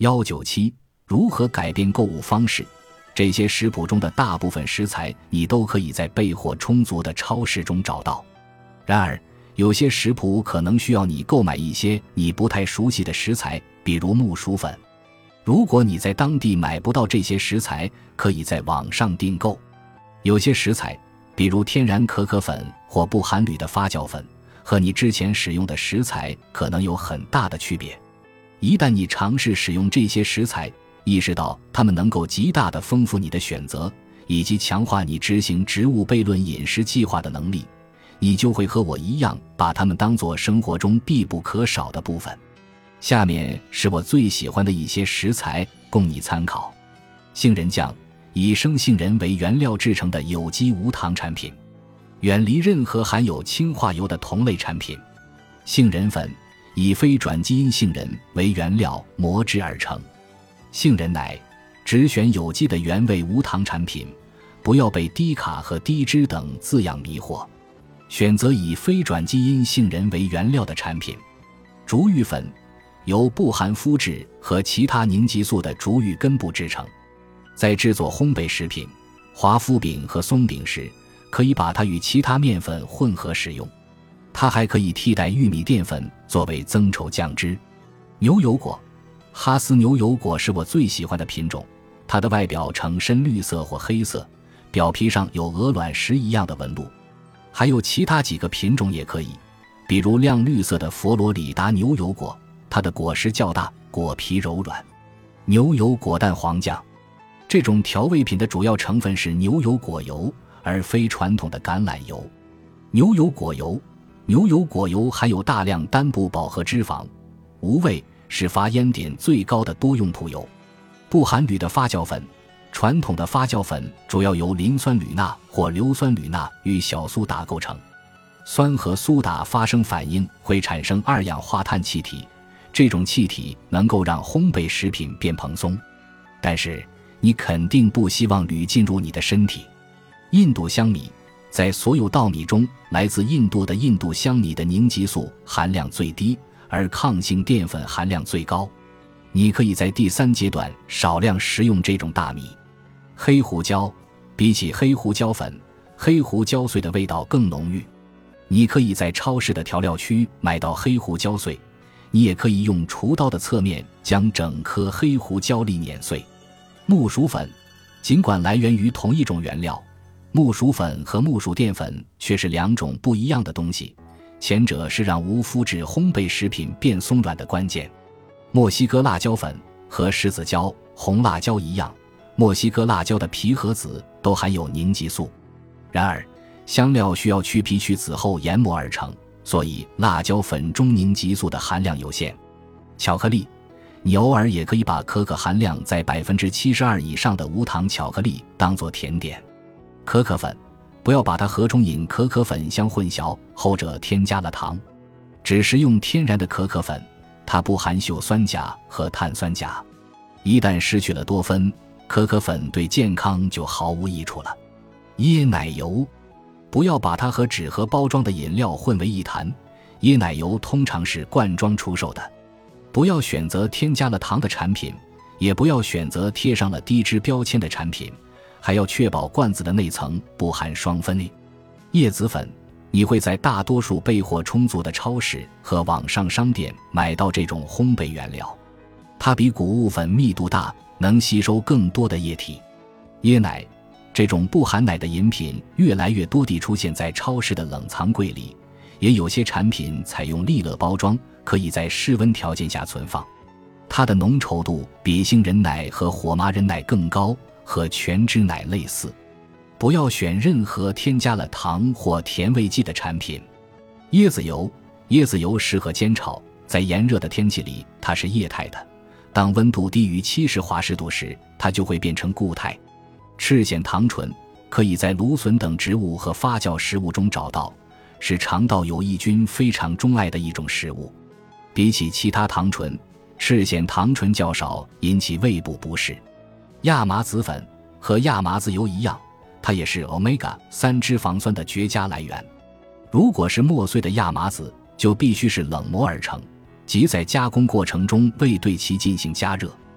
197如何改变购物方式。这些食谱中的大部分食材你都可以在备货充足的超市中找到。然而，有些食谱可能需要你购买一些你不太熟悉的食材，比如木薯粉。如果你在当地买不到这些食材，可以在网上订购。有些食材，比如天然可可粉或不含铝的发酵粉，和你之前使用的食材可能有很大的区别。一旦你尝试使用这些食材，意识到它们能够极大地丰富你的选择，以及强化你执行植物悖论饮食计划的能力，你就会和我一样把它们当作生活中必不可少的部分。下面是我最喜欢的一些食材供你参考。杏仁酱，以生杏仁为原料制成的有机无糖产品，远离任何含有氢化铀的同类产品。杏仁粉，以非转基因杏仁为原料磨制而成。杏仁奶，只选有机的原味无糖产品，不要被低卡和低脂等字样迷惑，选择以非转基因杏仁为原料的产品。竹芋粉，由不含麸质和其他凝集素的竹芋根部制成，在制作烘焙食品、华夫饼和松饼时，可以把它与其他面粉混合使用。它还可以替代玉米淀粉作为增稠酱汁。牛油果，哈斯牛油果是我最喜欢的品种，它的外表呈深绿色或黑色，表皮上有鹅卵石一样的纹路。还有其他几个品种也可以，比如亮绿色的佛罗里达牛油果，它的果实较大，果皮柔软。牛油果蛋黄酱，这种调味品的主要成分是牛油果油，而非传统的橄榄油。牛油果油含有大量单不饱和脂肪，无味，是发烟点最高的多用途油。不含铝的发酵粉，传统的发酵粉主要由磷酸铝钠或硫酸铝钠与小苏打构成，酸和苏打发生反应会产生二氧化碳气体，这种气体能够让烘焙食品变蓬松。但是你肯定不希望铝进入你的身体。印度香米，在所有稻米中，来自印度的印度香米的凝集素含量最低，而抗性淀粉含量最高。你可以在第3阶段少量食用这种大米。黑胡椒，比起黑胡椒粉，黑胡椒碎的味道更浓郁。你可以在超市的调料区买到黑胡椒碎，你也可以用厨刀的侧面将整颗黑胡椒粒碾碎。木薯粉，尽管来源于同一种原料，木薯粉和木薯淀粉却是2种不一样的东西，前者是让无麸质烘焙食品变松软的关键。墨西哥辣椒粉，和柿子椒、红辣椒一样，墨西哥辣椒的皮和籽都含有凝集素。然而，香料需要去皮去籽后研磨而成，所以辣椒粉中凝集素的含量有限。巧克力，你偶尔也可以把可可含量在 72% 以上的无糖巧克力当作甜点。可可粉，不要把它和冲饮可可粉相混淆，后者添加了糖。只食用天然的可可粉，它不含溴酸钾和碳酸钾。一旦失去了多酚，可可粉对健康就毫无益处了。椰奶油，不要把它和纸盒包装的饮料混为一谈，椰奶油通常是罐装出售的。不要选择添加了糖的产品，也不要选择贴上了低脂标签的产品，还要确保罐子的内层不含双酚。叶子粉，你会在大多数备货充足的超市和网上商店买到这种烘焙原料，它比谷物粉密度大，能吸收更多的液体。椰奶，这种不含奶的饮品越来越多地出现在超市的冷藏柜里，也有些产品采用利乐包装，可以在室温条件下存放。它的浓稠度比杏仁奶和火麻仁奶更高，和全脂奶类似。不要选任何添加了糖或甜味剂的产品。椰子油适合煎炒，在炎热的天气里它是液态的，当温度低于70华氏度时，它就会变成固态。赤藓糖醇，可以在芦笋等植物和发酵食物中找到，是肠道有益菌非常钟爱的一种食物。比起其他糖醇，赤藓糖醇较少引起胃部不适。亚麻籽粉，和亚麻籽油一样，它也是 Omega-3 脂肪酸的绝佳来源。如果是磨碎的亚麻籽，就必须是冷磨而成，即在加工过程中未对其进行加热。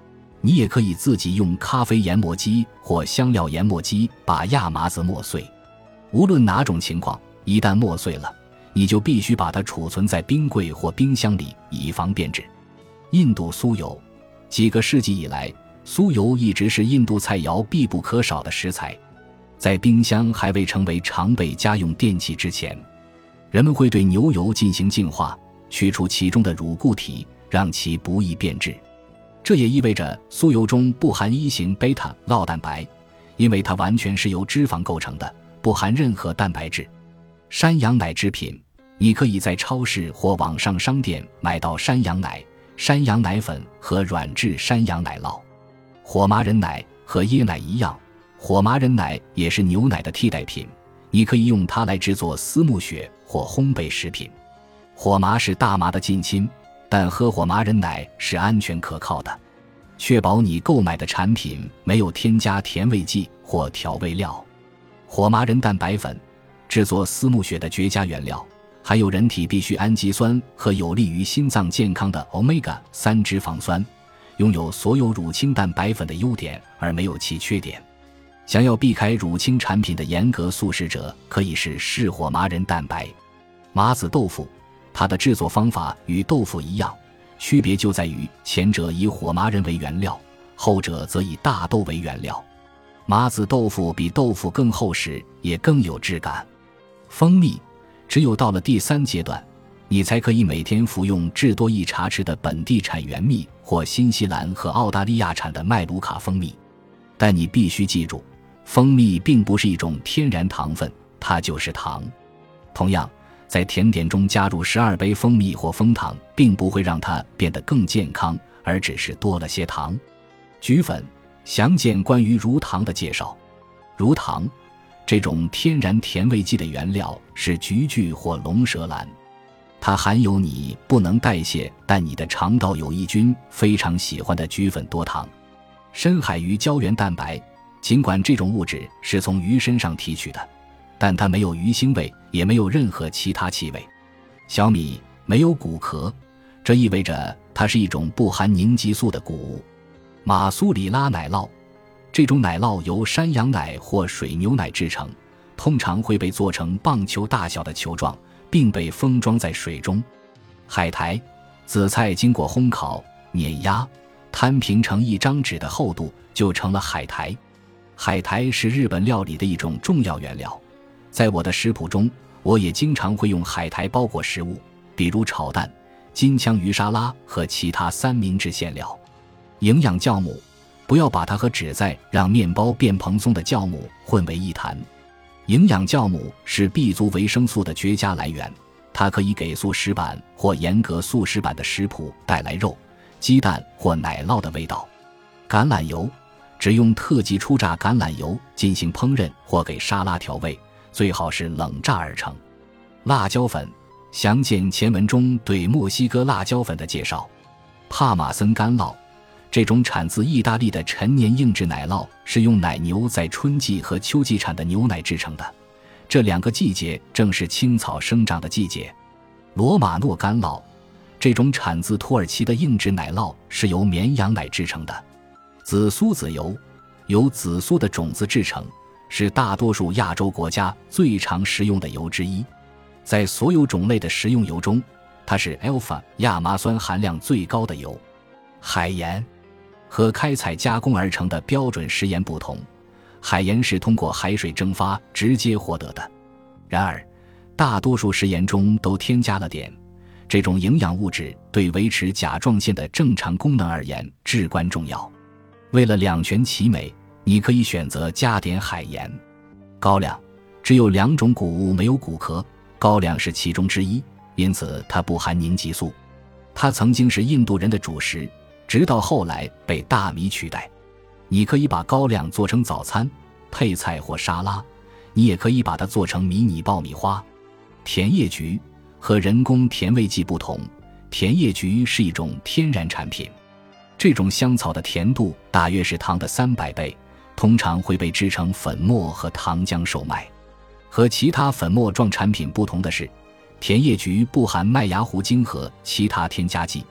你也可以自己用咖啡研磨机或香料研磨机把亚麻籽磨碎。无论哪种情况，一旦磨碎了，你就必须把它储存在冰柜或冰箱里，以防变质。印度酥油，几个世纪以来，酥油一直是印度菜肴必不可少的食材。在冰箱还未成为常备家用电器之前，人们会对牛油进行净化，去除其中的乳固体，让其不易变质。这也意味着酥油中不含一型贝塔酪蛋白，因为它完全是由脂肪构成的，不含任何蛋白质。山羊奶制品，你可以在超市或网上商店买到山羊奶、山羊奶粉和软质山羊奶酪。火麻仁奶和椰奶一样，火麻仁奶也是牛奶的替代品，你可以用它来制作丝木雪或烘焙食品。火麻是大麻的近亲，但喝火麻仁奶是安全可靠的。确保你购买的产品没有添加甜味剂或调味料。火麻仁蛋白粉，制作丝木雪的绝佳原料，含有人体必需氨基酸和有利于心脏健康的 Omega-3 脂肪酸，拥有所有乳清蛋白粉的优点而没有其缺点。想要避开乳清产品的严格素食者可以试火麻仁蛋白。麻籽豆腐，它的制作方法与豆腐一样，区别就在于前者以火麻仁为原料，后者则以大豆为原料。麻籽豆腐比豆腐更厚实，也更有质感。蜂蜜，只有到了第3阶段，你才可以每天服用至多1茶匙的本地产原蜜或新西兰和澳大利亚产的麦卢卡蜂蜜。但你必须记住，蜂蜜并不是一种天然糖分，它就是糖。同样，在甜点中加入12杯蜂蜜或蜂糖，并不会让它变得更健康，而只是多了些糖。菊粉，详见关于乳糖的介绍。乳糖，这种天然甜味剂的原料是菊苣或龙舌兰，它含有你不能代谢但你的肠道有益菌非常喜欢的菊粉多糖。深海鱼胶原蛋白，尽管这种物质是从鱼身上提取的，但它没有鱼腥味，也没有任何其他气味。小米没有骨壳，这意味着它是一种不含凝集素的谷物。马苏里拉奶酪，这种奶酪由山羊奶或水牛奶制成，通常会被做成棒球大小的球状，并被封装在水中。海苔，紫菜经过烘烤、碾压、摊平成一张纸的厚度，就成了海苔。海苔是日本料理的一种重要原料，在我的食谱中，我也经常会用海苔包裹食物，比如炒蛋、金枪鱼沙拉和其他三明治馅料。营养酵母，不要把它和旨在让面包变蓬松的酵母混为一谈。营养酵母是 B 族维生素的绝佳来源，它可以给素食版或严格素食版的食谱带来肉、鸡蛋或奶酪的味道。橄榄油，只用特级初榨橄榄油进行烹饪或给沙拉调味，最好是冷榨而成。辣椒粉，详见前文中对墨西哥辣椒粉的介绍。帕马森干酪，这种产自意大利的陈年硬质奶酪是用奶牛在春季和秋季产的牛奶制成的，这2个季节正是青草生长的季节。罗马诺干酪，这种产自土耳其的硬质奶酪是由绵羊奶制成的。紫苏籽油，由紫苏的种子制成，是大多数亚洲国家最常食用的油之一。在所有种类的食用油中，它是 alpha 亚麻酸含量最高的油。海盐，和开采加工而成的标准食盐不同，海盐是通过海水蒸发直接获得的。然而，大多数食盐中都添加了碘，这种营养物质对维持甲状腺的正常功能而言至关重要。为了两全其美，你可以选择加点海盐。高粱，只有2种谷物没有骨壳，高粱是其中之一，因此它不含凝集素。它曾经是印度人的主食，直到后来被大米取代。你可以把高粱做成早餐、配菜或沙拉，你也可以把它做成迷你爆米花。甜叶菊，和人工甜味剂不同，甜叶菊是一种天然产品。这种香草的甜度大约是糖的300倍，通常会被制成粉末和糖浆售卖。和其他粉末状产品不同的是，甜叶菊不含麦芽糊精和其他添加剂，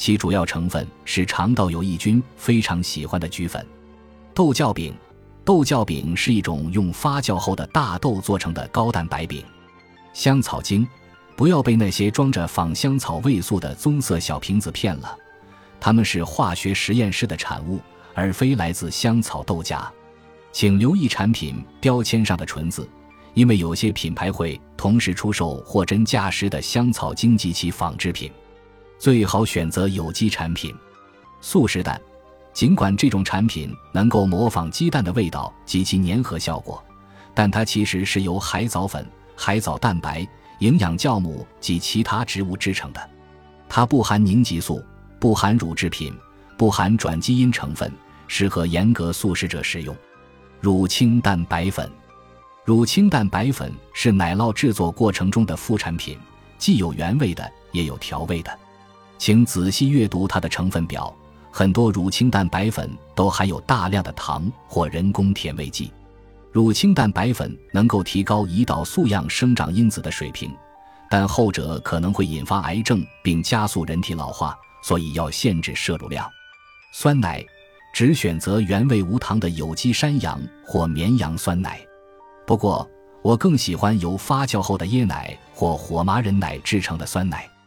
其主要成分是肠道有益菌非常喜欢的菊粉。豆酵饼，豆酵饼是一种用发酵后的大豆做成的高蛋白饼。香草精，不要被那些装着仿香草味素的棕色小瓶子骗了，它们是化学实验室的产物，而非来自香草豆荚。请留意产品标签上的纯字，因为有些品牌会同时出售货真价实的香草精及其仿制品。最好选择有机产品。素食蛋，尽管这种产品能够模仿鸡蛋的味道及其粘合效果，但它其实是由海藻粉、海藻蛋白、营养酵母及其他植物制成的。它不含凝集素，不含乳制品，不含转基因成分，适合严格素食者食用。乳清蛋白粉，乳清蛋白粉是奶酪制作过程中的副产品，既有原味的，也有调味的。请仔细阅读它的成分表，很多乳清蛋白粉都含有大量的糖或人工甜味剂。乳清蛋白粉能够提高胰岛素样生长因子的水平，但后者可能会引发癌症并加速人体老化，所以要限制摄入量。酸奶，只选择原味无糖的有机山羊或绵羊酸奶。不过，我更喜欢由发酵后的椰奶或火麻仁奶制成的酸奶。